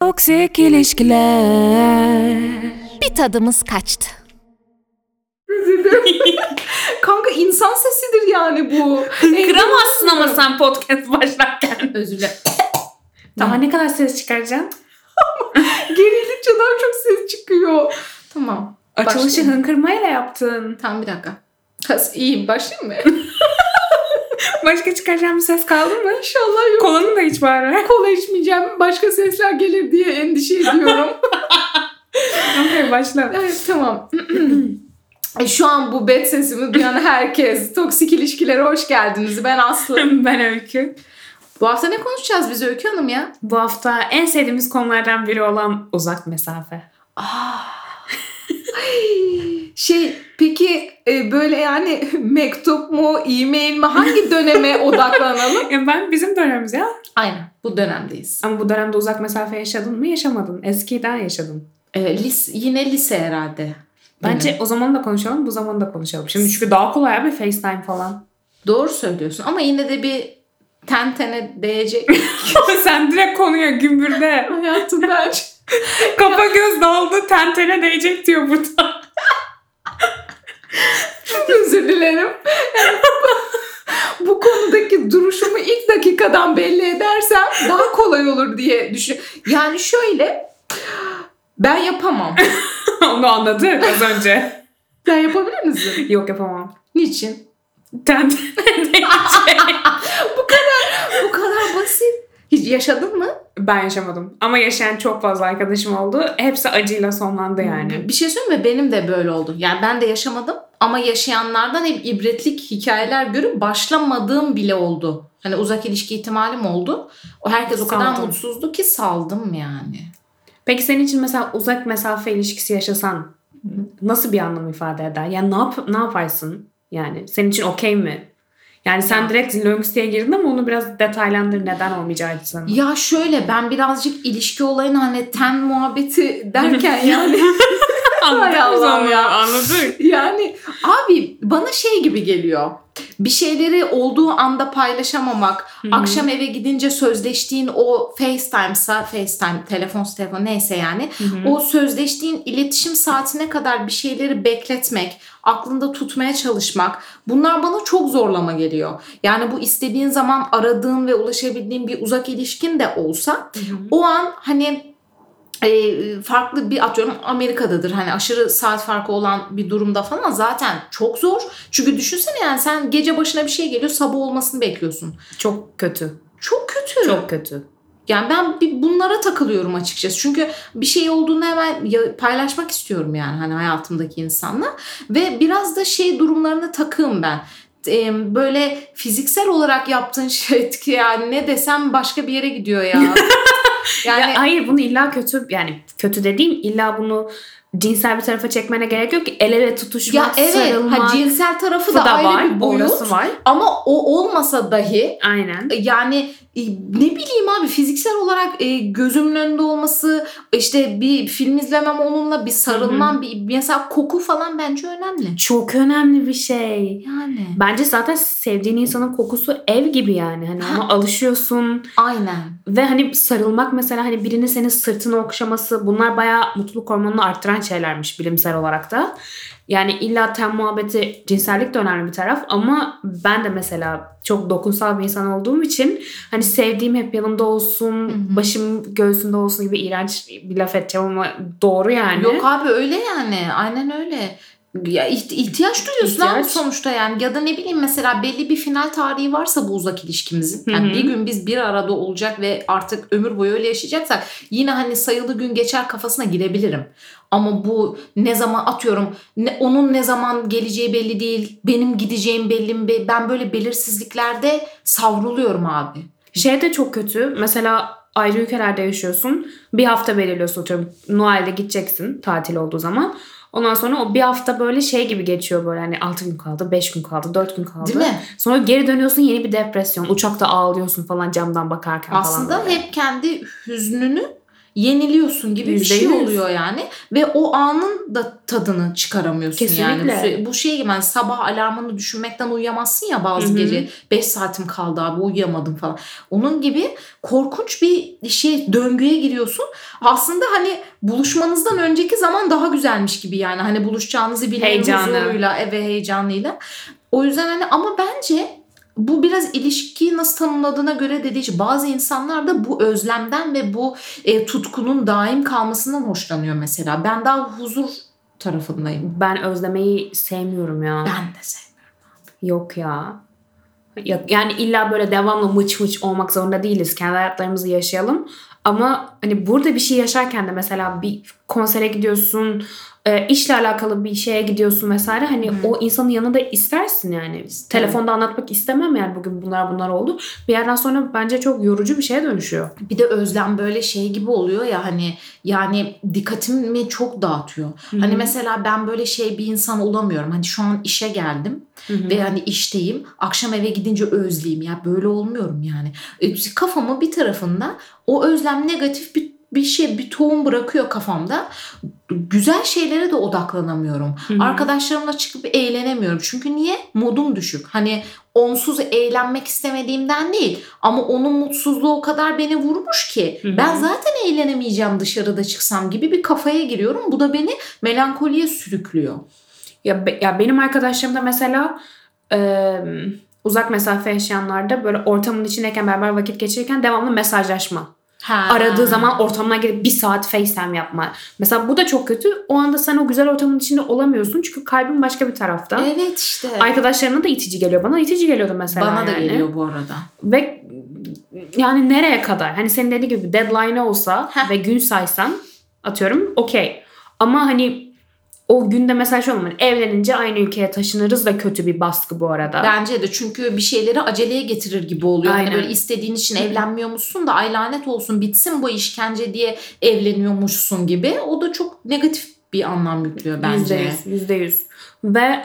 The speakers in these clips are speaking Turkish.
Toksik ilişkiler. Bir tadımız kaçtı. Kanka insan sesidir yani bu. Kıramazsın ama sen podcast başlarken. Özür dilerim. Daha ne kadar ses çıkaracaksın? Gerildikçe daha çok ses çıkıyor. Tamam. Açılışı Başlayayım. hınkırmayla yaptın. Tamam bir dakika. İyi başlayayım mı? Başka çıkaracağım bir ses kaldı mı? İnşallah yok. Kolanı da iç bari. Kola içmeyeceğim. Başka sesler gelir diye endişe ediyorum. Okey başla. Evet tamam. Şu an bu bet sesimi duyan herkes toksik ilişkilere hoş geldiniz. Ben Aslı. Ben Öykü. Bu hafta ne konuşacağız biz Öykü Hanım ya? Bu hafta en sevdiğimiz konulardan biri olan uzak mesafe. Peki böyle yani mektup mu, e-mail mi hangi döneme odaklanalım? Ya ben bizim dönemimiz ya. Aynen bu dönemdeyiz. Ama bu dönemde uzak mesafe yaşadın mı? Yaşamadın. Eskiden yaşadın. Yine lise herhalde. Bence o zaman da konuşalım, bu zaman da konuşalım. Şimdi çünkü daha kolay abi FaceTime falan. Doğru söylüyorsun ama yine de bir tene değecek. Sen direkt konuya gümbürde. Hayatım bence. Kafa göz daldı, tentene değecek diyor burada. Çok özür dilerim. Bu konudaki duruşumu ilk dakikadan belli edersem daha kolay olur diye düşünüyorum. Yani şöyle, ben yapamam. Onu anladık az önce. Sen yapabilir misin? Yok yapamam. Niçin? Tentene değecek. Bu kadar basit. Hiç yaşadın mı? Ben yaşamadım. Ama yaşayan çok fazla arkadaşım oldu. Hepsi acıyla sonlandı yani. Bir şey söyleyeyim mi? Benim de böyle oldu. Yani ben de yaşamadım ama yaşayanlardan hep ibretlik hikayeler görüp başlamadığım bile oldu. Hani uzak ilişki ihtimalim oldu. Herkes o kadar Saldım. mutsuzdu ki saldım yani. Peki senin için mesela uzak mesafe ilişkisi yaşasan nasıl bir anlam ifade eder? Yani ne yaparsın? Yani senin için okey mi? Yani sen direkt lönks diye girdin ama onu biraz detaylandır, neden olmayacağı için. Ya şöyle, ben birazcık ilişki olayını hani ten muhabbeti derken yani Anladın ya. Anladık. yani abi bana şey gibi geliyor. Bir şeyleri olduğu anda paylaşamamak, akşam eve gidince sözleştiğin o FaceTime, telefon neyse yani. O sözleştiğin iletişim saatine kadar bir şeyleri bekletmek, aklında tutmaya çalışmak, bunlar bana çok zorlama geliyor. Yani bu istediğin zaman aradığın ve ulaşabildiğin bir uzak ilişkin de olsa o an hani farklı bir, atıyorum Amerika'dadır, hani aşırı saat farkı olan bir durumda falan zaten çok zor. Çünkü düşünsene yani sen gece başına bir şey geliyor, sabah olmasını bekliyorsun. Çok kötü. Çok kötü. Çok kötü. Yani ben bunlara takılıyorum açıkçası. Çünkü bir şey olduğunda hemen paylaşmak istiyorum yani hani hayatımdaki insanla. Ve biraz da şey durumlarına takığım ben. Böyle fiziksel olarak yaptığın şey yani ne desem başka bir yere gidiyor ya. Yani ya hayır, bunu illa kötü, yani kötü dediğim illa bunu cinsel bir tarafa çekmene gerek yok ki. El ele tutuşmak, ya evet, sarılmak. cinsel tarafı da ayrı var, bir boyut. orası var. Ama o olmasa dahi aynen. Yani ne bileyim abi, fiziksel olarak gözümün önünde olması, işte bir film izlemem onunla, bir sarılmam, bir mesela koku falan bence önemli. Çok önemli bir şey. Yani. Bence zaten sevdiğin insanın kokusu ev gibi yani. Hani ona alışıyorsun. Aynen. Ve hani sarılmak mesela, hani birinin senin sırtını okşaması, bunlar bayağı mutluluk hormonunu arttıran şeylermiş bilimsel olarak da. Yani illa ten muhabbeti, cinsellik de önemli bir taraf ama ben de mesela çok dokunsal bir insan olduğum için hani sevdiğim hep yanımda olsun, başım göğsünde olsun gibi iğrenç bir laf edeceğim ama doğru yani. Yok abi öyle yani, aynen öyle. Ya ihtiyaç duyuyorsun abi sonuçta yani. Ya da ne bileyim, mesela belli bir final tarihi varsa bu uzak ilişkimizin, yani bir gün biz bir arada olacak ve artık ömür boyu öyle yaşayacaksak yine hani sayılı gün geçer kafasına girebilirim. Ama bu ne zaman, atıyorum onun ne zaman geleceği belli değil, benim gideceğim belli mi, ben böyle belirsizliklerde savruluyorum abi. Şey de çok kötü mesela, ayrı ülkelerde yaşıyorsun, bir hafta belirliyorsun, atıyorum Noel'de gideceksin tatil olduğu zaman. Ondan sonra o bir hafta böyle şey gibi geçiyor, böyle hani 6 gün kaldı, 5 gün kaldı, 4 gün kaldı. Değil mi? Sonra geri dönüyorsun, yeni bir depresyon. Uçakta ağlıyorsun falan, camdan bakarken aslında falan. Aslında hep kendi hüznünü yeniliyorsun gibi bir şey %100. oluyor yani. Ve o anın da tadını çıkaramıyorsun. Kesinlikle. Yani. Bu şey gibi yani sabah alarmını düşünmekten uyuyamazsın ya bazı gece 5 saatim kaldı abi uyuyamadım falan. Onun gibi korkunç bir şey döngüye giriyorsun. Aslında hani buluşmanızdan önceki zaman daha güzelmiş gibi yani. Hani buluşacağınızı bilmenin huzuruyla ve heyecanıyla. O yüzden hani ama bence bu biraz ilişkiyi nasıl tanımladığına göre de değişir. Bazı insanlar da bu özlemden ve bu tutkunun daim kalmasından hoşlanıyor mesela. Ben daha huzur tarafındayım. Ben özlemeyi sevmiyorum ya. Ben de sevmiyorum. Yok ya. Yani illa böyle devamlı mıç mıç olmak zorunda değiliz. Kendi hayatlarımızı yaşayalım. Ama hani burada bir şey yaşarken de mesela bir konsere gidiyorsun, işle alakalı bir şeye gidiyorsun vesaire. Hani o insanın yanında istersin yani. Telefonda anlatmak istemem yani bugün bunlar oldu. Bir yerden sonra bence çok yorucu bir şeye dönüşüyor. Bir de özlem böyle şey gibi oluyor ya hani yani dikkatimi çok dağıtıyor. Hani mesela ben böyle şey bir insan olamıyorum. Hani şu an işe geldim ve hani işteyim. Akşam eve gidince özleyeyim ya böyle olmuyorum yani. Kafamın bir tarafında o özlem negatif bir şey bir tohum bırakıyor kafamda. Güzel şeylere de odaklanamıyorum. Arkadaşlarımla çıkıp eğlenemiyorum. Çünkü niye? Modum düşük. Hani onsuz eğlenmek istemediğimden değil. Ama onun mutsuzluğu o kadar beni vurmuş ki ben zaten eğlenemeyeceğim dışarıda çıksam gibi bir kafaya giriyorum. Bu da beni melankoliye sürüklüyor. Ya benim arkadaşlarım da mesela uzak mesafe yaşayanlarda böyle ortamın içindeyken beraber vakit geçirirken devamlı mesajlaşma. Aradığı zaman ortamına girip 1 saat FaceTime yapma. Mesela bu da çok kötü. O anda sen o güzel ortamın içinde olamıyorsun. Çünkü kalbin başka bir tarafta. Evet işte. Arkadaşlarına da itici geliyor. Bana itici geliyordu mesela. Bana da geliyor bu arada. Ve yani nereye kadar? Hani senin dediğin gibi deadline olsa ve gün saysan atıyorum okey. Ama hani o günde mesela şu olmalı. Evlenince aynı ülkeye taşınırız da kötü bir baskı bu arada. Bence de çünkü bir şeyleri aceleye getirir gibi oluyor. Aynen. Hani böyle istediğin için evlenmiyormuşsun da ay lanet olsun bitsin bu işkence diye evleniyormuşsun gibi. O da çok negatif bir anlam yüklüyor bence. %100. Ve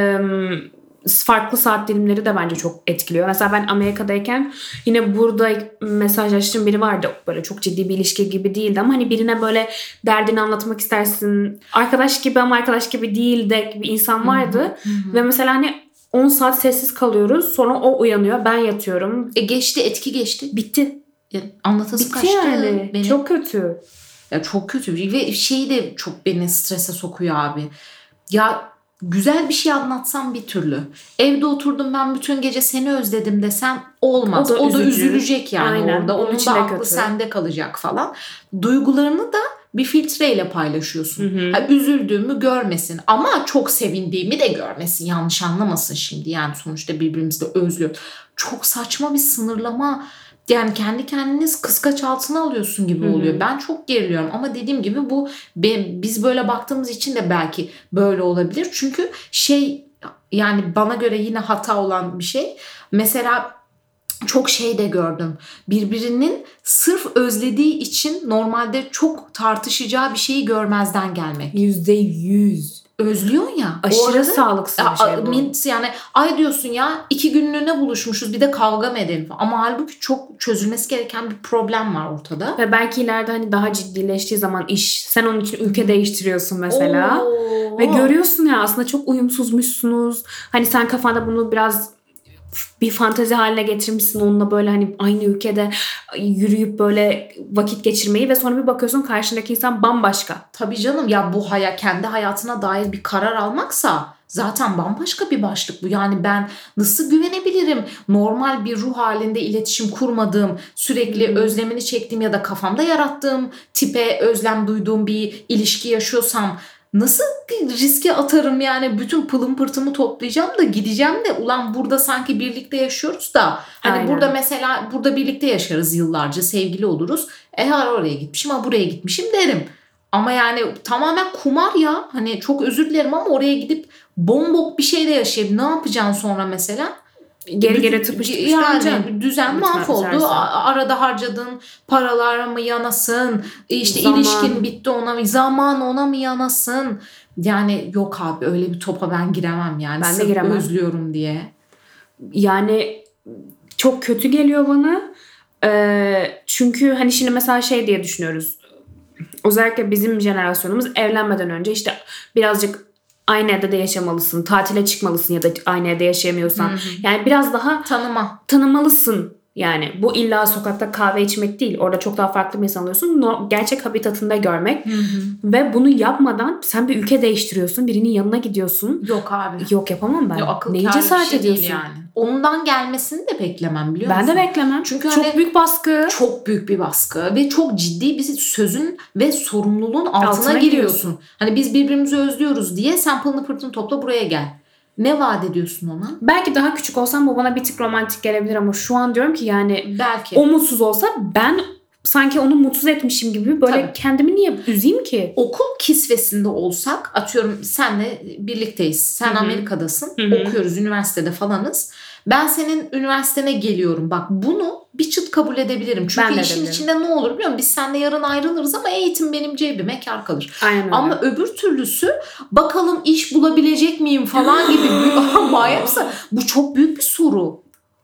farklı saat dilimleri de bence çok etkiliyor. Mesela ben Amerika'dayken yine burada mesajlaştığım biri vardı. Böyle çok ciddi bir ilişki gibi değildi ama hani birine böyle derdini anlatmak istersin. Arkadaş gibi ama arkadaş gibi değil de bir insan vardı. Ve mesela hani 10 saat sessiz kalıyoruz. Sonra o uyanıyor. Ben yatıyorum. Geçti, etki geçti. Bitti. Anlatası kaçtı. Yani. Beni. Çok kötü. Ya çok kötü. Ve şeyi de çok beni strese sokuyor abi. Ya güzel bir şey anlatsam bir türlü. Evde oturdum ben bütün gece seni özledim desem olmaz. O da üzülecek yani. Aynen. Orada. Onun da aklı sende kalacak falan. Duygularını da bir filtreyle paylaşıyorsun. Üzüldüğümü görmesin ama çok sevindiğimi de görmesin. Yanlış anlamasın şimdi. Yani sonuçta birbirimizi de özlüyoruz. Çok saçma bir sınırlama. Yani kendi kendiniz kıskaç altına alıyorsun gibi oluyor. Ben çok geriliyorum ama dediğim gibi bu biz böyle baktığımız için de belki böyle olabilir. Çünkü yani bana göre yine hata olan bir şey. Mesela çok şey de gördüm. Birbirinin sırf özlediği için normalde çok tartışacağı bir şeyi görmezden gelmek. %100. Özlüyorsun ya. Aşırı sağlıksız bir şey bu. Yani ay diyorsun ya 2 günlüğüne buluşmuşuz bir de kavga mı edelim falan. Ama halbuki çok çözülmesi gereken bir problem var ortada. Ve belki ileride hani daha ciddileştiği zaman iş sen onun için ülke değiştiriyorsun mesela. Ve görüyorsun ya aslında çok uyumsuzmuşsunuz. Hani sen kafanda bunu biraz bir fantezi haline getirmişsin onunla böyle hani aynı ülkede yürüyüp böyle vakit geçirmeyi ve sonra bir bakıyorsun karşındaki insan bambaşka. Tabii canım ya bu kendi hayatına dair bir karar almaksa zaten bambaşka bir başlık bu. Yani ben nasıl güvenebilirim? Normal bir ruh halinde iletişim kurmadığım, sürekli özlemini çektiğim ya da kafamda yarattığım tipe özlem duyduğum bir ilişki yaşıyorsam nasıl riske atarım yani bütün pılım pırtımı toplayacağım da gideceğim de ulan burada sanki birlikte yaşıyoruz da hani burada mesela burada birlikte yaşarız yıllarca sevgili oluruz. Oraya gitmişim buraya gitmişim derim. Ama yani tamamen kumar ya hani çok özür dilerim ama oraya gidip bombok bir şey de yaşayıp ne yapacaksın sonra mesela? Geri tıpış yani düzen mahvoldu. Arada harcadığın paralar mı yanasın? İşte zaman. İlişkin bitti zaman ona mı yanasın? Yani yok abi öyle bir topa ben giremem yani. Ben de giremem. Özlüyorum diye. Yani çok kötü geliyor bana. Çünkü hani şimdi mesela diye düşünüyoruz. özellikle bizim jenerasyonumuz evlenmeden önce işte birazcık aynı evde de yaşamalısın, tatile çıkmalısın ya da aynı evde yaşayamıyorsan. Yani biraz daha tanımalısın. Yani bu illa sokakta kahve içmek değil. Orada çok daha farklı bir insan oluyorsun. Gerçek habitatında görmek. Ve bunu yapmadan sen bir ülke değiştiriyorsun. Birinin yanına gidiyorsun. Yok abi. Yok, yapamam ben. Yok, Neyi cesaret şey ediyorsun? yani. Ondan gelmesini de beklemem, biliyor musun? Ben de beklemem. Çünkü çok hani büyük baskı. Çok büyük bir baskı ve çok ciddi bir sözün ve sorumluluğun altına giriyorsun. Hani biz birbirimizi özlüyoruz diye sen pılını pırtını topla buraya gel. Ne vaat ediyorsun ona? Belki daha küçük olsam bu bana bir tık romantik gelebilir ama şu an diyorum ki yani belki o mutsuz olsa ben sanki onu mutsuz etmişim gibi böyle Tabii. kendimi niye üzeyim ki? Okul kisvesinde olsak, atıyorum senle birlikteyiz. Sen Amerika'dasın. Okuyoruz, üniversitede falanız. Ben senin üniversitene geliyorum. Bak, bunu bir çıt kabul edebilirim. Çünkü işin içinde ne olur biliyor musun? Biz seninle yarın ayrılırız ama eğitim benim cebime kar kalır. Aynen öyle. Ama öbür türlüsü bakalım iş bulabilecek miyim falan gibi manyaksa bu çok büyük bir soru.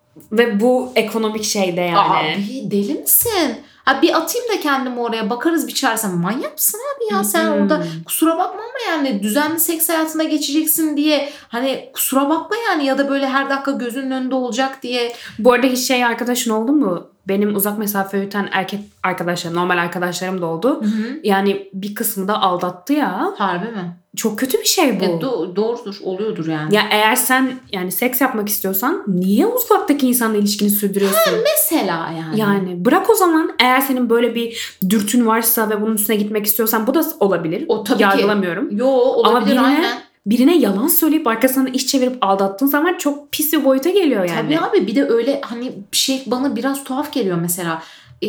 Ve bu ekonomik şeyde yani. Abi deli misin? Ha, bir atayım da kendimi oraya, bakarız bir çaresine. Manyak mısın abi ya sen orada, kusura bakma ama yani düzenli seks hayatına geçeceksin diye hani kusura bakma yani, ya da böyle her dakika gözünün önünde olacak diye. Bu arada hiç arkadaşın oldu mu? Benim uzak mesafe yürüten erkek arkadaşlarım, normal arkadaşlarım da oldu. Yani bir kısmı da aldattı ya. Harbi mi? Çok kötü bir şey bu. Doğrudur, oluyordur yani. Ya eğer sen yani seks yapmak istiyorsan niye uzaktaki insanla ilişkini sürdürüyorsun? Mesela yani. Yani bırak o zaman, eğer senin böyle bir dürtün varsa ve bunun üstüne gitmek istiyorsan bu da olabilir. O tabii yargılamıyorum. Yo, olabilir. Ama aynen. birine yalan söyleyip arkasından iş çevirip aldattığın zaman çok pis bir boyuta geliyor yani. Tabii abi, bir de öyle hani şey bana biraz tuhaf geliyor mesela.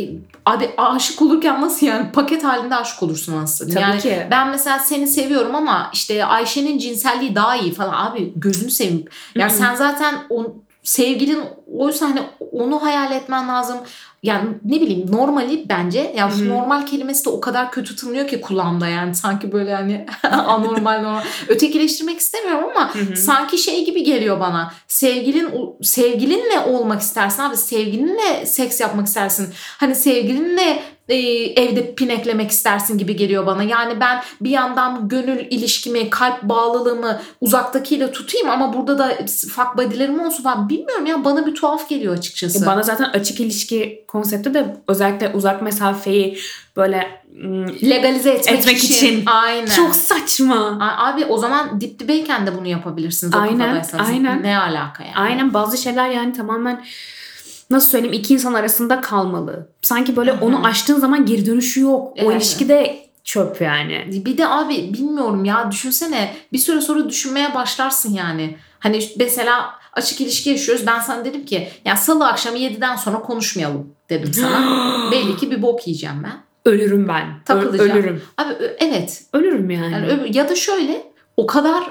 Abi aşık olurken nasıl yani paket halinde aşık olursun aslında. Tabii yani ki. Ben mesela seni seviyorum ama işte Ayşe'nin cinselliği daha iyi falan. Abi gözünü seveyim. Yani sen zaten sevgilin oysa hani onu hayal etmen lazım. Yani ne bileyim, normali bence. Ya şu normal kelimesi de o kadar kötü tınlıyor ki kulağımda yani. Sanki böyle hani anormal. Ötekileştirmek istemiyorum ama sanki şey gibi geliyor bana. Sevgilinle olmak istersin abi. Sevgilinle seks yapmak istersin. Hani sevgilinle evde pineklemek istersin gibi geliyor bana. Yani ben bir yandan gönül ilişkimi, kalp bağlılığımı uzaktakiyle tutayım ama burada da fuck buddy'lerim olsun falan. Bilmiyorum ya, bana bir tuhaf geliyor açıkçası. Bana zaten açık ilişki konsepti de özellikle uzak mesafeyi böyle legalize etmek için. Aynen. Çok saçma. Abi o zaman dip dibeyken de bunu yapabilirsiniz. Aynen. Ne alaka yani? Aynen, bazı şeyler yani tamamen nasıl söyleyeyim, iki insan arasında kalmalı. Sanki böyle onu aştığın zaman geri dönüşü yok. O ilişkide çöp yani. Bir de abi bilmiyorum ya, düşünsene bir süre sonra düşünmeye başlarsın yani. Hani mesela açık ilişki yaşıyoruz. Ben sana dedim ki ya salı akşamı 7'den sonra konuşmayalım dedim sana. Belli ki bir bok yiyeceğim ben. Ölürüm ben. Takılacağım. Ölürüm. Abi evet. Ölürüm yani. Ya da şöyle, o kadar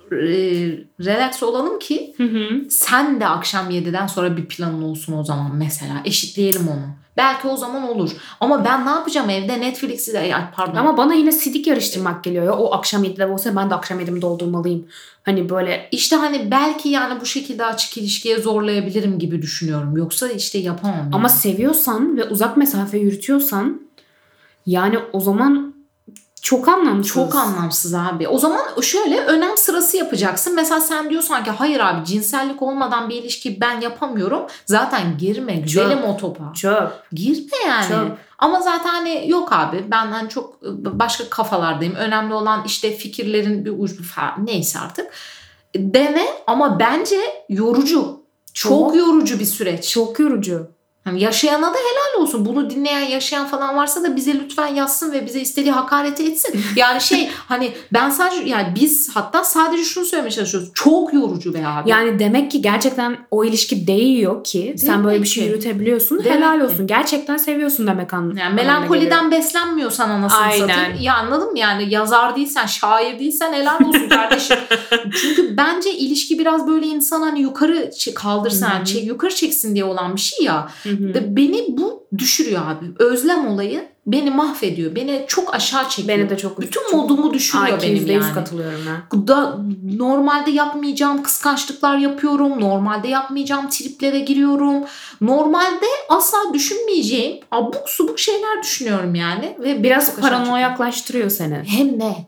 relax olalım ki sen de akşam 7'den sonra bir planın olsun o zaman mesela. Eşitleyelim onu. Belki o zaman olur. Ama ben ne yapacağım evde Netflix'i pardon. Ama bana yine sidik yarıştırmak geliyor ya. O akşam 7'de olsa ben de akşam 7'mi doldurmalıyım. Hani böyle. İşte hani belki yani bu şekilde açık ilişkiye zorlayabilirim gibi düşünüyorum. Yoksa işte yapamam. Ama seviyorsan ve uzak mesafe yürütüyorsan yani o zaman çok anlamsız. Çok anlamsız abi. O zaman şöyle önem sırası yapacaksın. Mesela sen diyorsan ki hayır abi, cinsellik olmadan bir ilişki ben yapamıyorum. Zaten girme güzelim o topa. Çöp. Girme yani. Çöp. Ama zaten hani yok abi, ben hani çok başka kafalardayım. Önemli olan işte fikirlerin bir ucu falan, neyse artık. Dene ama bence yorucu. Çok yorucu bir süreç. Çok yorucu. Yani yaşayana da helal olsun. Bunu dinleyen, yaşayan falan varsa da bize lütfen yazsın ve bize istediği hakareti etsin. Yani hani ben sadece, yani biz hatta sadece şunu söylemeye çalışıyoruz. Çok yorucu be abi. Yani demek ki gerçekten o ilişki değiyor ki sen böyle bir şey yürütebiliyorsun. Helal olsun. Gerçekten seviyorsun demek anlamına. Yani melankoliden beslenmiyorsan anasını satayım. Ya anladın mı? Yani yazar değilsen, şair değilsen helal olsun kardeşim. Çünkü bence ilişki biraz böyle insan hani yukarı kaldırsın, yukarı çeksin diye olan bir şey ya. Beni bu düşürüyor abi. Özlem olayı beni mahvediyor. Beni çok aşağı çekiyor. Beni de çok bütün modumu düşürüyor benim %100 yani. katılıyorum ben. Normalde yapmayacağım kıskançlıklar yapıyorum. Normalde yapmayacağım triplere giriyorum. Normalde asla düşünmeyeceğim abuk subuk şeyler düşünüyorum yani. Ve Biraz paranoyaklaştırıyor seni. Hem ne?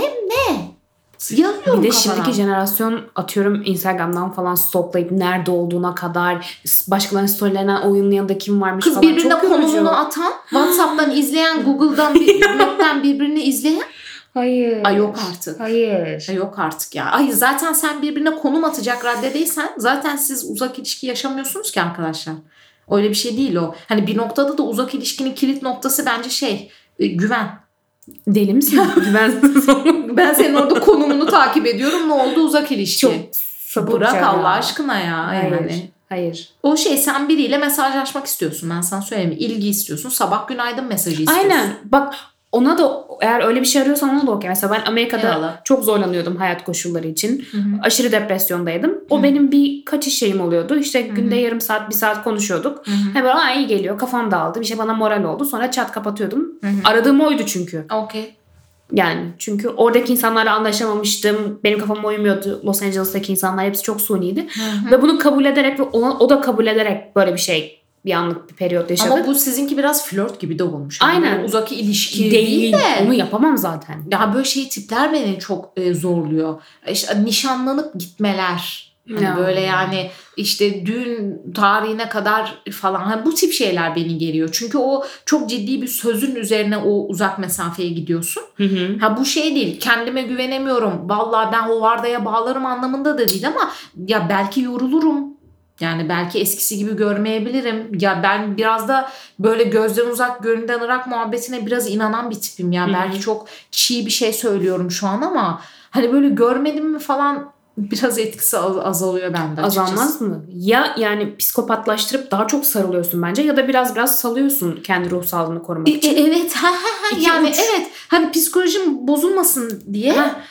Yazıyorum Bir de kafana. şimdiki jenerasyon atıyorum Instagram'dan falan stoklayıp nerede olduğuna kadar başkalarının storylerinden oyunun yanında kim varmış Kız falan. birbirine Çok yorucu. konumunu atan, WhatsApp'tan izleyen, Google'dan Map'ten birbirini izleyen. Hayır. Ay yok artık. Hayır. Ay yok artık ya. Ay zaten sen birbirine konum atacak raddedeysen zaten siz uzak ilişki yaşamıyorsunuz ki arkadaşlar. Öyle bir şey değil o. Hani bir noktada da uzak ilişkinin kilit noktası bence güven. Deli misin? Güvensiz olmak. Ben senin orada konumunu takip ediyorum. Ne oldu uzak ilişki? Çok sapıkça Bırak ya. Allah aşkına ya. Hayır. Yani. Hayır. O sen biriyle mesajlaşmak istiyorsun. Ben sana söyleyeyim. İlgi istiyorsun. Sabah günaydın mesajı istiyorsun. Aynen. Bak ona da eğer öyle bir şey arıyorsan ona da okey. Mesela ben Amerika'da Eyvallah. çok zorlanıyordum hayat koşulları için. Hı hı. Aşırı depresyondaydım. O benim bir kaçış şeyim oluyordu. İşte günde yarım saat, bir saat konuşuyorduk. He böyle iyi geliyor. Kafam dağıldı. Bir şey bana moral oldu. Sonra çat kapatıyordum. Aradığım oydu çünkü. Okey. Yani çünkü oradaki insanlarla anlaşamamıştım. Benim kafama uymuyordu. Los Angeles'taki insanlar hepsi çok suniydi. Ve bunu kabul ederek ve o da kabul ederek böyle bir anlık bir periyot yaşadık. Ama bu sizinki biraz flört gibi de olmuş. Yani aynen. böyle uzak ilişki Değil. de. Onu yapamam zaten. Ya böyle tipler beni çok zorluyor. İşte nişanlanıp gitmeler. Hani Ya. böyle yani işte düğün tarihine kadar falan. Hani bu tip şeyler beni geriyor. Çünkü o çok ciddi bir sözün üzerine o uzak mesafeye gidiyorsun. Ha bu değil. Kendime güvenemiyorum. Vallahi ben o vardaya bağlarım anlamında da değil ama ya belki yorulurum. Yani belki eskisi gibi görmeyebilirim. Ya ben biraz da böyle gözden uzak gönülden ırak muhabbetine biraz inanan bir tipim ya. Belki çok çiğ bir şey söylüyorum şu an ama hani böyle görmedim mi falan biraz etkisi azalıyor bende açıkçası. Azalmaz mı? Ya yani psikopatlaştırıp daha çok sarılıyorsun bence ya da biraz salıyorsun kendi ruh sağlığını korumak için. Evet. İki Yani uç. evet. Hani psikolojim bozulmasın diye.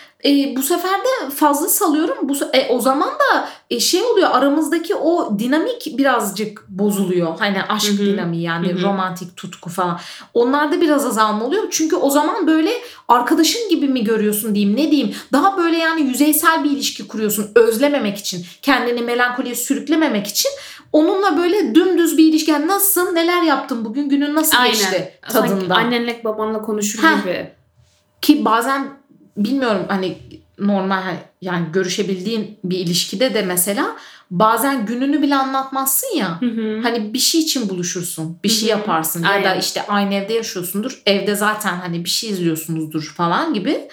Bu sefer de fazla salıyorum. O zaman da oluyor aramızdaki o dinamik birazcık bozuluyor. Hani aşk dinamiği yani romantik tutku falan. Onlarda biraz azalma oluyor. Çünkü o zaman böyle arkadaşın gibi mi görüyorsun diyeyim ne diyeyim. Daha böyle yani yüzeysel bir ilişki kuruyorsun. Özlememek için. Kendini melankoliye sürüklememek için. Onunla böyle dümdüz bir ilişki. Yani nasılsın? Neler yaptın? Bugün günün nasıl geçti? Sanki Tadında. annenle babanla konuşur gibi. Ki bazen bilmiyorum hani normal yani görüşebildiğin bir ilişkide de mesela bazen gününü bile anlatmazsın ya. Hani bir şey için buluşursun. Bir şey yaparsın. Aynen. Ya da işte aynı evde yaşıyorsundur. Evde zaten hani bir şey izliyorsunuzdur falan gibi.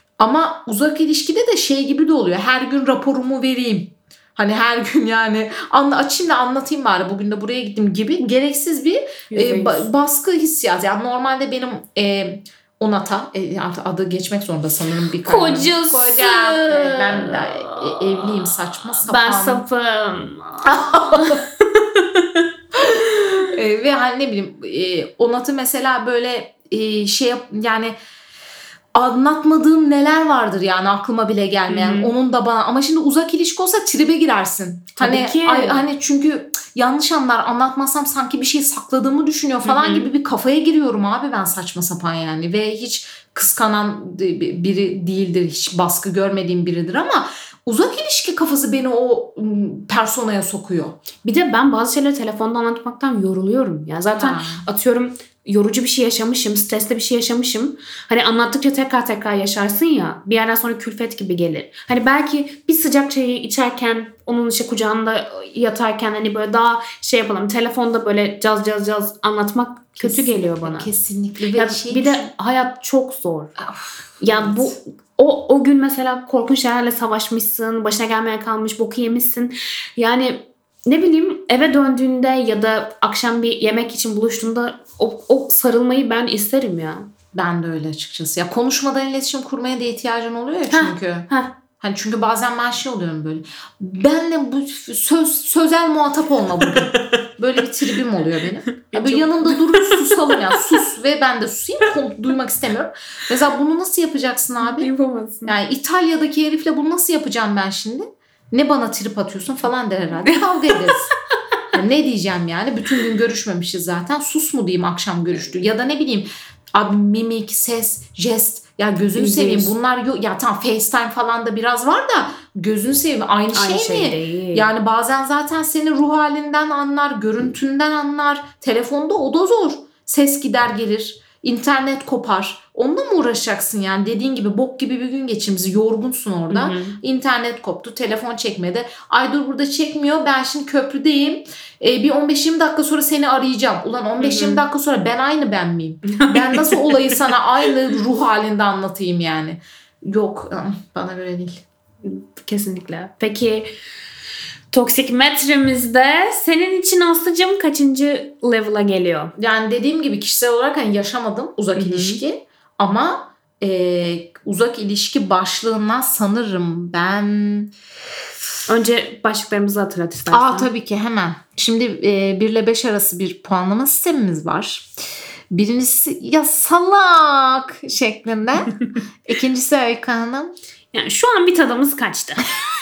Ama uzak ilişkide de gibi de oluyor. Her gün raporumu vereyim. Hani her gün yani açayım da anlatayım bari bugün de buraya gittim gibi gereksiz bir baskı hissiyatı. Yani normalde benim Onata artık adı geçmek zorunda sanırım bir Kocası. Kocam. Ben evliyim saçma sapan. Ben sapım. Ve hani ne bileyim Onat'ı mesela böyle yani anlatmadığım neler vardır yani aklıma bile gelmeyen. Onun da bana ama şimdi uzak ilişki olsa tribe girersin. Tabii ki. Hani çünkü yanlış anlar anlatmazsam sanki bir şey sakladığımı düşünüyor falan gibi bir kafaya giriyorum abi ben saçma sapan yani. Ve hiç kıskanan biri değildir. Hiç baskı görmediğim biridir ama uzak ilişki kafası beni o personaya sokuyor. Bir de ben bazı şeyleri telefonda anlatmaktan yoruluyorum. Yani zaten atıyorum yorucu bir şey yaşamışım, stresli bir şey yaşamışım. Hani anlattıkça tekrar yaşarsın ya. Bir yerden sonra külfet gibi gelir. Hani belki bir sıcak çayı içerken onun kucağında yatarken hani böyle daha yapalım. Telefonda böyle caz anlatmak kötü geliyor bana. Kesinlikle. Ya bir de hayat çok zor. Ya bu o gün mesela korkunç şeylerle savaşmışsın, başına gelmeye kalmış, boku yemişsin. Yani ne bileyim eve döndüğünde ya da akşam bir yemek için buluştuğunda o sarılmayı ben isterim ya. Ben de öyle açıkçası. Ya konuşmadan iletişim kurmaya da ihtiyacın oluyor ya çünkü. Hani çünkü bazen ben oluyorum böyle. Benle bu sözel muhatap olma bugün. Böyle bir tribim oluyor benim. Ya böyle yanında durup susalım ya. Sus ve ben de susayım. Duymak istemiyorum. Mesela bunu nasıl yapacaksın abi? Yapamazsın. Yani İtalya'daki herifle bunu nasıl yapacağım ben şimdi? Ne bana trip atıyorsun falan der herhalde. Kavga ederiz. Ya ne diyeceğim yani? Bütün gün görüşmemişiz zaten. Sus mu diyeyim akşam görüştü? Ya da ne bileyim abi mimik, ses, jest. Ya gözünü seveyim bunlar yok. Ya tamam FaceTime falan da biraz var da gözünü seveyim aynı şey mi? Değil. Yani bazen zaten senin ruh halinden anlar, görüntünden anlar. Telefonda o da zor. Ses gider gelir. İnternet kopar. Onunla mı uğraşacaksın yani? Dediğin gibi bok gibi bir gün geçirmişsin. Yorgunsun orada. İnternet koptu. Telefon çekmedi. Ay dur burada çekmiyor. Ben şimdi köprüdeyim. Bir 15-20 dakika sonra seni arayacağım. Ulan 15-20 dakika sonra ben miyim? Ben nasıl olayı sana aynı ruh halinde anlatayım yani? Yok. Bana göre değil. Kesinlikle. Peki toksik metremizde senin için Aslı'cığım kaçıncı level'a geliyor? Yani dediğim gibi kişisel olarak hani yaşamadım uzak ilişki. Ama uzak ilişki başlığından sanırım ben... Önce başlıklarımızı hatırlat istersen. Tabii ki hemen. Şimdi 1 ile 5 arası bir puanlama sistemimiz var. Birincisi ya salak şeklinde. İkincisi Öykü Hanım. Yani şu an bir tadımız kaçtı.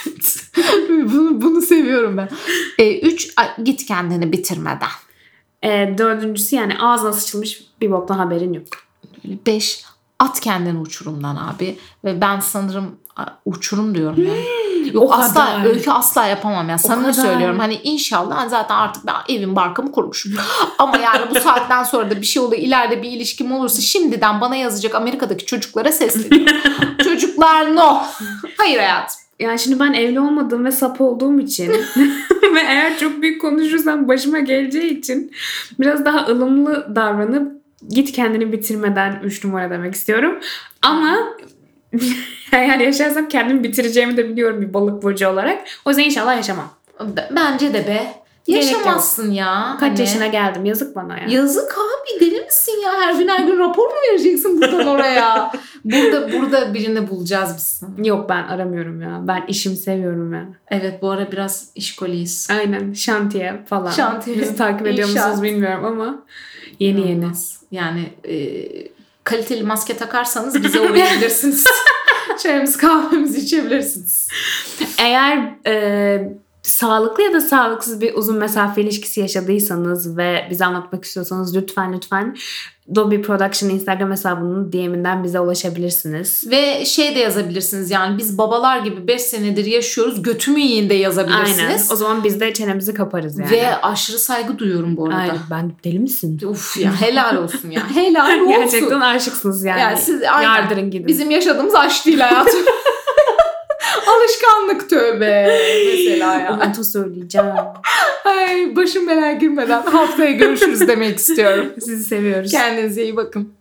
bunu seviyorum ben. 3 git kendini bitirmeden. Dördüncüsü yani ağzına sıçılmış bir boktan haberin yok. 5 at kendini uçurumdan abi. Ve ben sanırım uçurum diyorum ya. Yok O asla kadar. Öykü asla yapamam ya. Samimi kadar. söylüyorum. Hani inşallah zaten artık ben evim barkımı kurmuşum. Ama yani bu saatten sonra da bir şey olur. İleride bir ilişkim olursa şimdiden bana yazacak Amerika'daki çocuklara sesleniyorum. Çocuklar no. Hayır hayatım. Yani şimdi ben evli olmadığım ve sap olduğum için ve eğer çok büyük konuşursam başıma geleceği için biraz daha ılımlı davranıp git kendini bitirmeden 3 numara demek istiyorum. Ama eğer yaşarsam kendimi bitireceğimi de biliyorum bir balık burcu olarak. O yüzden inşallah yaşamam. Bence de be. Yaşamazsın ya. Kaç Hani. yaşına geldim yazık bana ya. Yazık abi deli misin ya? Her gün rapor mu vereceksin buradan oraya? Burada birini bulacağız biz. Yok ben aramıyorum ya. Ben işimi seviyorum ya. Evet bu ara biraz işkoliyiz. Aynen şantiye falan. Şantiye, Bizi takip ediyor inşaat. musunuz bilmiyorum ama yeni. Yani kaliteli maske takarsanız bize uğrayabilirsiniz. Çayımız kahvemizi içebilirsiniz. Eğer sağlıklı ya da sağlıksız bir uzun mesafe ilişkisi yaşadıysanız ve bize anlatmak istiyorsanız lütfen Dobby Production Instagram hesabının DM'inden bize ulaşabilirsiniz. Ve şey de yazabilirsiniz yani biz babalar gibi 5 senedir yaşıyoruz götümü yiyin de yazabilirsiniz. Aynen. O zaman biz de çenemizi kaparız yani. Ve aşırı saygı duyuyorum bu arada. Aynen. Ben deli misin? Uf ya helal olsun ya. Helal olsun. Gerçekten aşıksınız yani. Yani siz aynen. Yardırın gidin. Bizim yaşadığımız aşk değil hayatım. Alışkanlık tövbe mesela ya. Unut'u söyleyeceğim. Ay başım belaya girmeden haftaya görüşürüz demek istiyorum. Sizi seviyoruz. Kendinize iyi bakın.